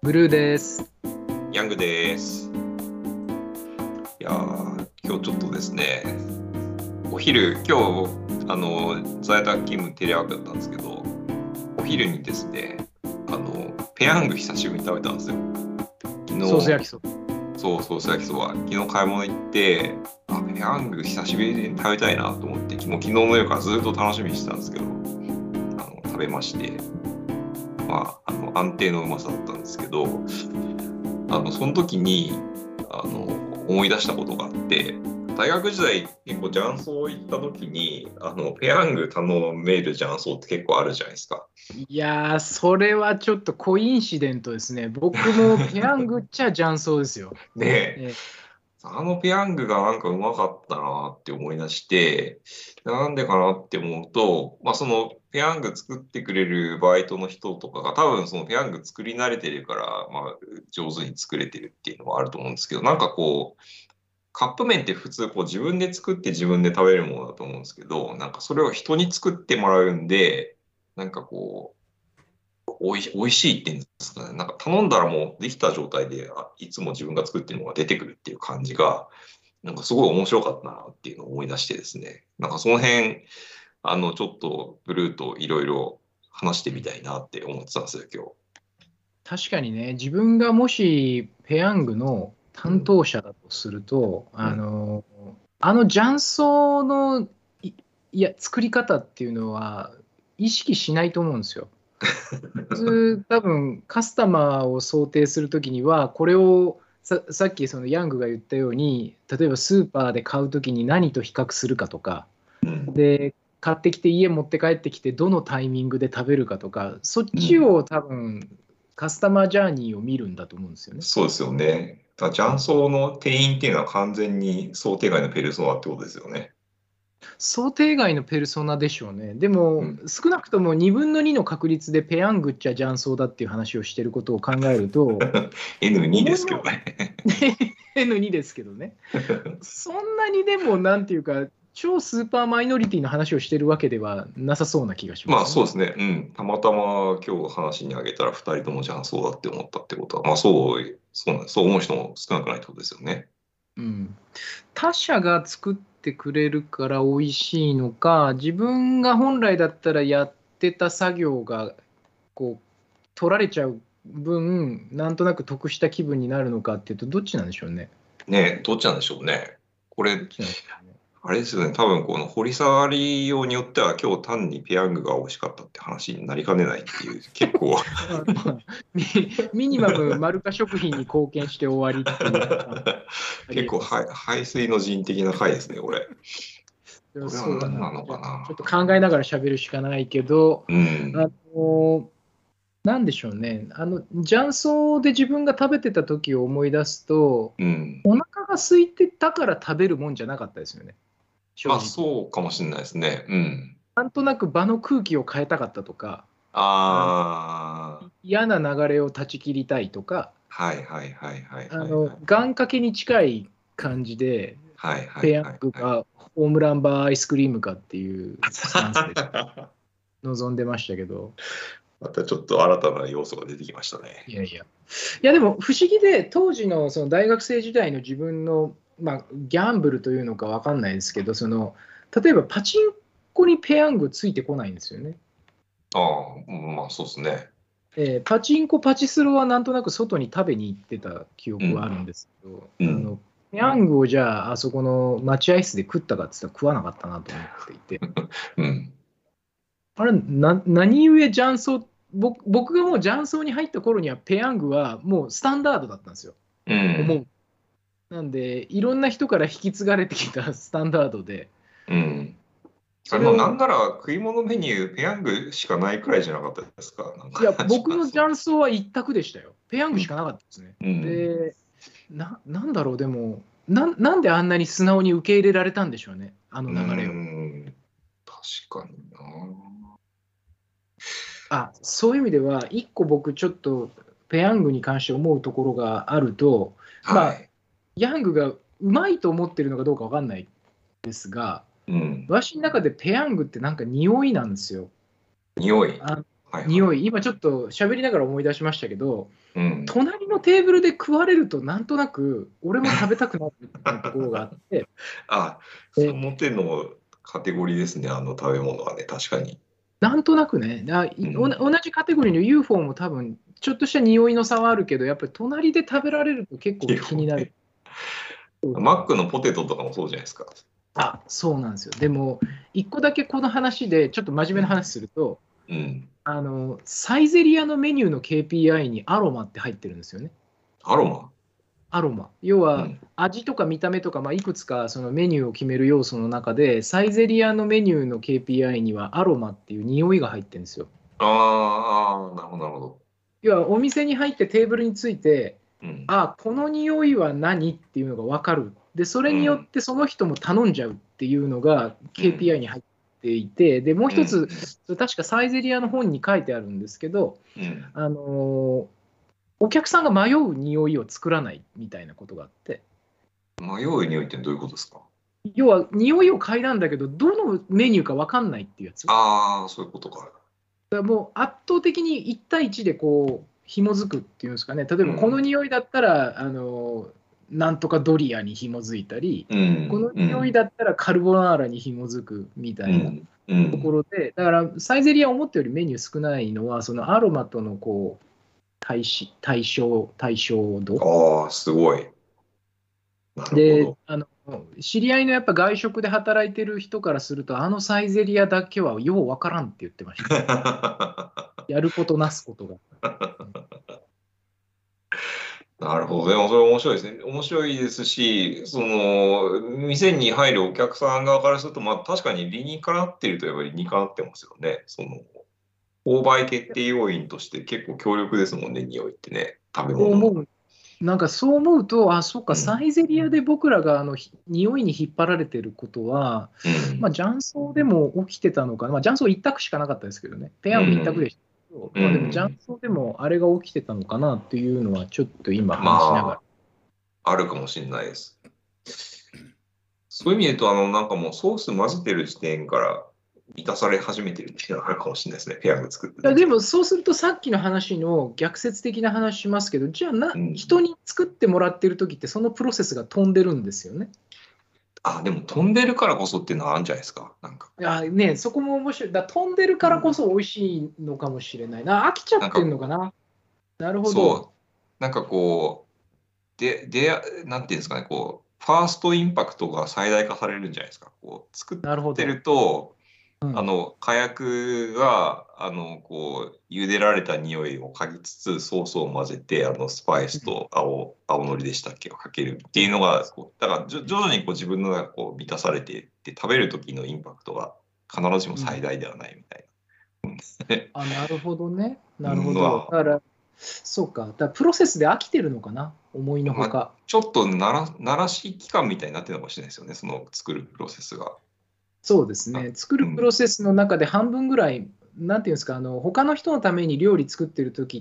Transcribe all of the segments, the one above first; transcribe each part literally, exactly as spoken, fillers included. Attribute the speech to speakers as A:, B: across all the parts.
A: ブルーです。
B: ヤングです。いやー、今日ちょっとですね、お昼、今日、あの、在宅勤務テレワークだったんですけど、お昼にですね、あの、ペヤング久しぶりに食べたんですよ。昨日、
A: ソース焼きそば。
B: そう、ソース焼きそば。昨日買い物行って、あ、ペヤング久しぶりに食べたいなと思って、もう昨日の夜からずっと楽しみにしてたんですけど、あの食べまして、まあ、あの安定のうまさだったんですけど、あのその時にあの思い出したことがあって、大学時代結構雀荘行った時にあのペヤング頼める雀荘って結構あるじゃないですか。
A: いやー、それはちょっとコインシデントですね。僕もペヤングっちゃ雀荘ですよ。
B: で、
A: え
B: あのペヤングがなんかうまかったなって思い出して、なんでかなって思うと、まあ、そのペヤング作ってくれるバイトの人とかが多分そのペヤング作り慣れてるから、まあ、上手に作れてるっていうのはあると思うんですけど、なんかこう、カップ麺って普通こう自分で作って自分で食べるものだと思うんですけど、なんかそれを人に作ってもらうんで、なんかこう、おい、おいしいっていうんですかね。なんか頼んだらもうできた状態で、あいつも自分が作ってるのが出てくるっていう感じが、なんかすごい面白かったなっていうのを思い出してですね。なんかその辺、あの、ちょっとブルーといろいろ話してみたいなって思ってたんですよ、今
A: 確かにね、自分がもしペヤングの
B: 日。うん。
A: 担当者だとすると、あ
B: うん。
A: の、あの雀荘のい、いや、作り方っていうのは意識しないと思うんですよ。普通、多分カスタマーを想定するときには、これをさ、さっきそのヤングが言ったように、例えばスーパーで買うときに何と比較するかとか、
B: うん。
A: で、買ってきて家持って帰ってきて、どのタイミングで食べるかとか、そっ
B: うん。
A: ちを多分カスタマージャーニーを見るんだと思うんですよね。
B: そうですよね。だから雀荘の店員っていうのは完全に想定外のペルソナってことですよね。
A: 想定外のペルソナでしょうね。でも、
B: うん。
A: 少なくともにぶんのにの確率でペヤングっちゃ雀荘だっていう話をしてることを考えると、
B: エヌツー で
A: 思いの
B: すけどね。
A: エヌツー ですけどね。そんなにでも、なんていうか、超スーパーマイノリティの話をしてるわけではなさそうな気がしま
B: まあ
A: すね。
B: そうですね。うん。たまたま今日話にあげたらふたりとも雀荘だって思ったってことは、まあそう、そうなんです。そう思う人も少なくないってことですよね。
A: うん、他社が作ってくれるから美味しいのか、自分が本来だったらやってた作業がこう取られちゃう分、なんとなく得した気分になるのかっていうと、どっちなんでしょうね。
B: ねえ、どっちなんでしょうね。これ、
A: どっちなんでしょうね。
B: あれですよね。多分この掘り下がりようによっては今日単にペヤングが美味しかったって話になりかねないっていう、結構
A: あのミミニマムマルカ食品に貢献して終わりっていうパターンもあり
B: 結構は
A: えますね。
B: 排水の陣的な回ですね、これ。
A: でも
B: これは
A: そうだな。
B: 何なの
A: じゃあ、
B: かな。
A: ちょっと考えながら喋るしかないけど、
B: うん。
A: あの、なんでしょうね。あの、雀荘で自分が食べてた時を思い出すと、
B: うん。
A: お腹が空いてたから食べるもんじゃなかったですよね。正
B: まあ
A: 直。
B: そうかもしれないですね。うん。
A: なんとなく場の空気を変えたかったとか、あの
B: ああ、
A: 嫌な流れを断ち切りたいとか、
B: はいはいはいはい
A: あの、
B: はいはい。
A: 願掛けに近い感じで、
B: はいはい
A: ペヤン
B: はいはい。
A: グかホームランバーアイスクリームかっていうスタンスで臨んでましたけど、
B: またちょっと新たな要素が出てきましたね。
A: いやいや。いやでも不思議で、当時のその大学生時代の自分の、まあ、ギャンブルというのか分かんないですけど、その例えばパチンコにペヤングついてこないんですよね。
B: ああ、うんまあそうですね。
A: えーパチンコ、パチスロはなんとなく外に食べに行ってた記憶はあ
B: うん。
A: るんですけど、
B: うん。
A: あのペヤングをじゃあ、あそこの待合室で食ったかって言ったら食わなかったなと思っていて、
B: うん。あ
A: あれ、な何故雀荘、僕僕がもう雀荘に入った頃にはペヤングはもうスタンダードだったんですよ。
B: うん。
A: 思う。なんで、いろんな人から引き継がれてきたスタンダードで、
B: うん。あの、なん
A: それを、
B: なら食い物メニュー、ペヤングしかないくらいじゃなかったですか。なんか、
A: いや、
B: 確かそう。
A: 僕の雀荘は一択でしたよ。ペヤン
B: うん。
A: グしかなかったですね。
B: うん。
A: で、な、なんだろう、でもな、なんであんなに素直に受け入れられたんでしょうね、あの
B: う
A: 流れを。
B: ん。確かにな。
A: あ、そういう意味では、一個僕、ちょっとペヤングに関して思うところがあると、まあ、
B: はい。
A: ヤングがうまいと思ってるのかどうかわかんないですが、
B: うん。
A: 私の中でペヤングってなんか匂いなんですよ。
B: 匂い。
A: あ、
B: はいはい、
A: 匂い、今ちょっと喋りながら思い出しましたけど、
B: うん、
A: 隣のテーブルで食われると、なんとなく、俺も食べたくなるみたいなところがあって、
B: あ、そ
A: で
B: の手のカテゴリーですね、あの食べ物はね、確かに。
A: なんとなくね、だいお
B: うん、
A: 同じカテゴリーの ユーフォー も多分、ちょっとした匂いの差はあるけど、やっぱり隣で食べられると結構気になる。
B: マックのポテトとかもそうじゃないですか。
A: あ、そうなんですよ。でも、一個だけこの話で、ちょっと真面目な話すると、
B: うん。
A: あの、サイゼリヤのメニューの ケーピーアイ にアロマって入ってるんですよね。
B: アロマ。
A: アロマ。要は、
B: うん。
A: 味とか見た目とか、まあ、いくつかそのメニューを決める要素の中で、サイゼリヤのメニューの ケーピーアイ にはアロマっていう匂いが入ってるんですよ。
B: ああ、なるほど、なるほど。
A: 要は、お店に入ってテーブルについて、
B: うん。
A: あ、この匂いは何っていうのが分かる。で、それによっ
B: うん。
A: てその人も頼んじゃうっていうのが
B: うん。
A: ケーピーアイ に入っていて、で、もう
B: うん。
A: 一つ、それ確かサイゼリヤの本に書いてあるんですけど、
B: うん。
A: あのお客さんが迷う匂いを作らないみたいなことがあって、
B: 迷う匂いってどういうことですか？
A: 要は匂いを嗅いだんだけど、どのメニューか分かんないっていうやつ。だか
B: ああ、そういうことか。
A: らもう圧倒的にいち対いちでこう紐づくっていうんですかね、例えばこの
B: うん。
A: 匂いだったら、あのなんとかドリアに紐づいたり、
B: うん。
A: この
B: うん。
A: 匂いだったらカルボナーラに紐づくみたいな
B: うん。う
A: とこ
B: ん。
A: ろで、だからサイゼリヤ思ったよりメニュー少ないのは、そのアロマとのこう対し対象対象度。
B: ああ、すごい。なるほ
A: で、
B: ど。
A: あの知り合いのやっぱ外食で働いてる人からすると、あのサイゼリヤだけはようわからんって言ってました。やることなすことが。
B: なるほど。でもそれ面白いですね。面白いですし、その、店に入るお客さん側からすると、まあ確かに理にかなっているといえば理にかなってますよね。その、購買決定要因として結構強力ですもんね、匂いってね。食べ物の。
A: そう思う。なんかそう思うと、あ、そっか、サ
B: うん。
A: イゼリヤで僕らがあのひ匂いに引っ張られてることは、
B: うん。
A: まあ、雀荘でも起きてたのかな、まあ、雀荘一択しかなかったですけどね、ペ
B: う
A: ヤング一択で
B: ん。
A: したけど、
B: う
A: まあ、でも雀
B: ん。
A: 荘でもあれが起きてたのかなっていうのは、ちょっと今話しながら。
B: まあ、あるかもしれないです。そういう意味で言うと、あの、なんかもうソース混ぜてる時点から満たされ始めてるっていうのがあるかもしれないですね。ペヤング作った
A: いやで
B: 時に。
A: もそうするとさっきの話の逆説的な話しますけど、じゃあな、
B: うん。
A: 人に作ってもらってる時ってそのプロセスが飛んでるんですよね。
B: あ、でも飛んでるからこそっていうのはあるんじゃないですか。なんか。
A: いやね、そこも面白い。だ飛んでるからこ
B: うん。
A: そ美味しいのかもしれないな。飽きちゃってん
B: なんか、
A: のかな。なるほど。
B: そう、なんかこう、で、で、なんていうんですかね、こう、ファーストインパクトが最大化されるんじゃないですか。こう、作っ
A: なるほど。
B: てると、
A: うん。
B: あの、火薬が、あの、こう、茹でられた匂いを嗅ぎつつ、ソースを混ぜて、あの、スパイス
A: うん
B: と青、青のりでしたっけをかけるっていうのが、こうだから、じょ徐々にこう自分の中がこう満たされていって、食べる時のインパクトが必ずしも
A: うん。
B: 最大ではないみたい
A: あ、なるほどね。
B: な
A: なるほど。だ
B: のは、
A: から、そうか。だからプロセスで飽きてるのかな。思いのほ
B: まあ、
A: か。
B: ちょっとなら、慣らし期間みたいになってるのかもしれないですよね、その作るプロセスが。
A: そうです
B: あ、
A: ね。作るプロ
B: うん、
A: セスの中で半分ぐらい、なんていうんですか、あの他の人のために料理作ってる時って、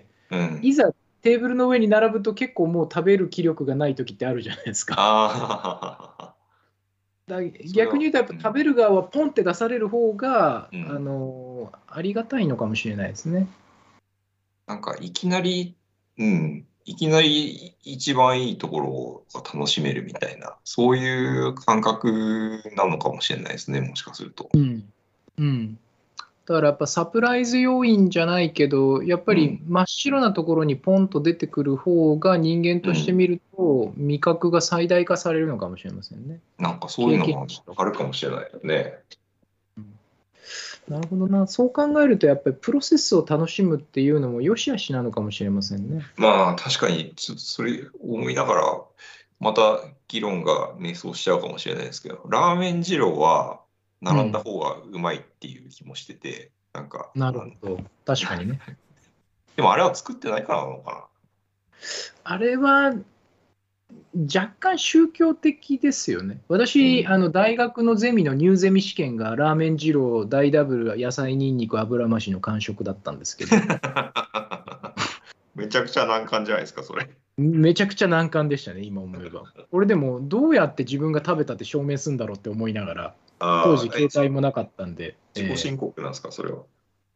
B: うん。
A: いざテーブルの上に並ぶと結構もう食べる気力がない時ってあるじゃないですか。
B: ああ、
A: だ
B: それは、
A: 逆に言うと、やっぱ食べ
B: うん、
A: る側はポンって出される方が、あ
B: うん。
A: のありがたいのかもしれないですね。
B: なんか、いきなり、うん、いきなり一番いいところが楽しめるみたいな、そういう感覚なのかもしれないですね、もしかすると。
A: うん。うん。だからやっぱサプライズ要因じゃないけど、やっぱり
B: うん、
A: 真っ白なところにポンと出てくる方が人間
B: うん。
A: として見ると味覚が最大化されるのかもしれませんね。
B: なんかそういう
A: 経
B: のも
A: 験値と。
B: あるかもしれないよね。
A: うん、なるほどな。そう考えるとやっぱりプロセスを楽しむっていうのも良し悪しなのかもしれませんね。
B: まあ、確かに、ちょっとそれ思いながら、また議論が迷走しちゃうかもしれないですけど、ラーメン二郎は並んだ
A: うん。
B: 方がうまいっていう気もしてて、なんか、
A: なる
B: なん
A: ほど。確かにね。
B: でもあれは作ってないからなのか
A: あれは若干宗教的ですよね。
B: な。う
A: 私、あ
B: ん。
A: の大学のゼミの入ゼミ試験がラーメン二郎大ダブル野菜にんにく油増しの完食だったんですけど、
B: めちゃくちゃ難関じゃないですか、それ。
A: めちゃくちゃ難関でしたね、今思えば。これでも、どうやって自分が食べたって証明するんだろうって思いながら、当
B: ああ、え、
A: 時携帯もなかったんで、
B: 自己
A: えー
B: 申告なんですか、それは。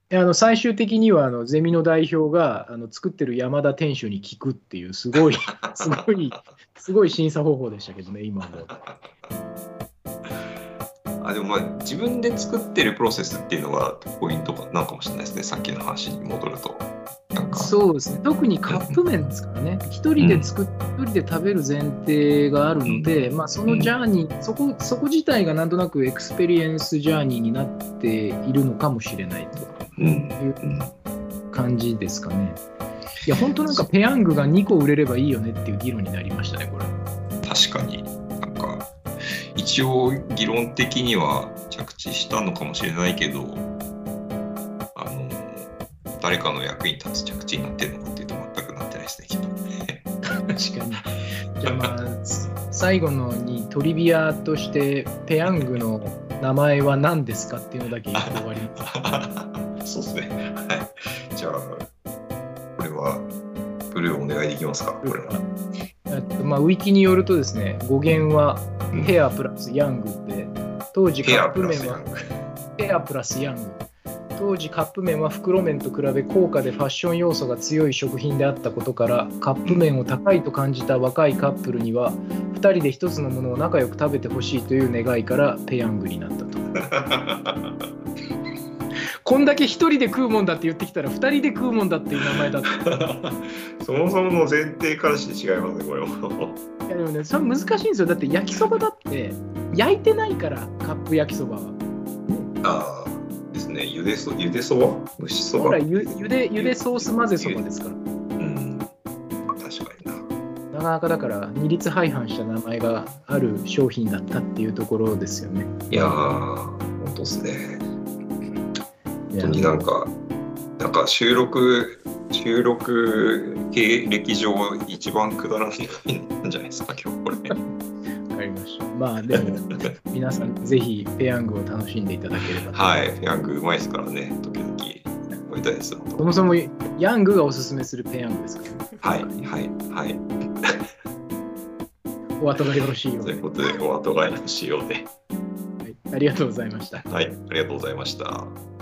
A: あの最終的にはあのゼミの代表があの作ってる山田店主に聞くっていうすごいすごいすごい審査方法でしたけどね、今も。
B: あでもまあ自分で作ってるプロセスっていうのがポイントなのかもしれないですね。さっきの話に戻ると。なんか
A: そうですね、特にカップ麺ですからね、一人で作っ、一人で食べる前提があるので、まあ、そのジャーニー、そこ、そこ自体がなんとなくエクスペリエンスジャーニーになっているのかもしれないという感じですかね。いや、本当なんかペヤングがにこ売れればいいよねっていう議論になりましたね、これ。
B: 確かに、なんか、一応議論的には着地したのかもしれないけど、あの、誰かの役に立つ着地になってるのかっていうと全くなってないですね、きっと。
A: 確かに。じゃあまあ、最後のにトリビアとして、ペヤングの名前は何ですかっていうのだけ言って終わります。
B: そうですね。はい。じゃあ、これは、ブルーお願いできますか、これは。
A: まあ、ウィキによるとですね、語源はペアプラスヤングで、当時カップ麺はペアプラスヤング。当時カップ麺は袋麺と比べ高価でファッション要素が強い食品であったことから、カップ麺を高いと感じた若いカップルにはふたりでひとつのものを仲良く食べてほしいという願いからペヤングになったと。こんだけひとりで食うもんだって言ってきたらふたりで食うもんだっていう名前だった。
B: そもそもの前提からして違いますね、これも。
A: いやでもね、それ難しいんですよ。だって焼きそばだって焼いてないから、カップ焼きそばは。
B: ああ。ですね、ゆでそ、ゆでそば蒸しそばほら、
A: ゆ、ゆで、ゆでソース混ぜそばですから。う
B: ん。確かにな。
A: なかなかだから二律背反した名前がある商品だったっていうところですよね。
B: いやー、本当ですね。本当になんか、なんか収録、収録経歴上一番くだらないんじゃないですか、今日これ。
A: わかりました。まあでも皆さんぜひペヤングを楽しんでいただければ。
B: はい、ペヤングうまいですからね、時々食べたいですよ。
A: そもそもヤングがおすすめするペヤングですから、ね。
B: はいはいはい。
A: お後がよろしいようで。
B: ということでお後がよろしいようで。
A: はい、ありがとうございました。
B: はい、ありがとうございました。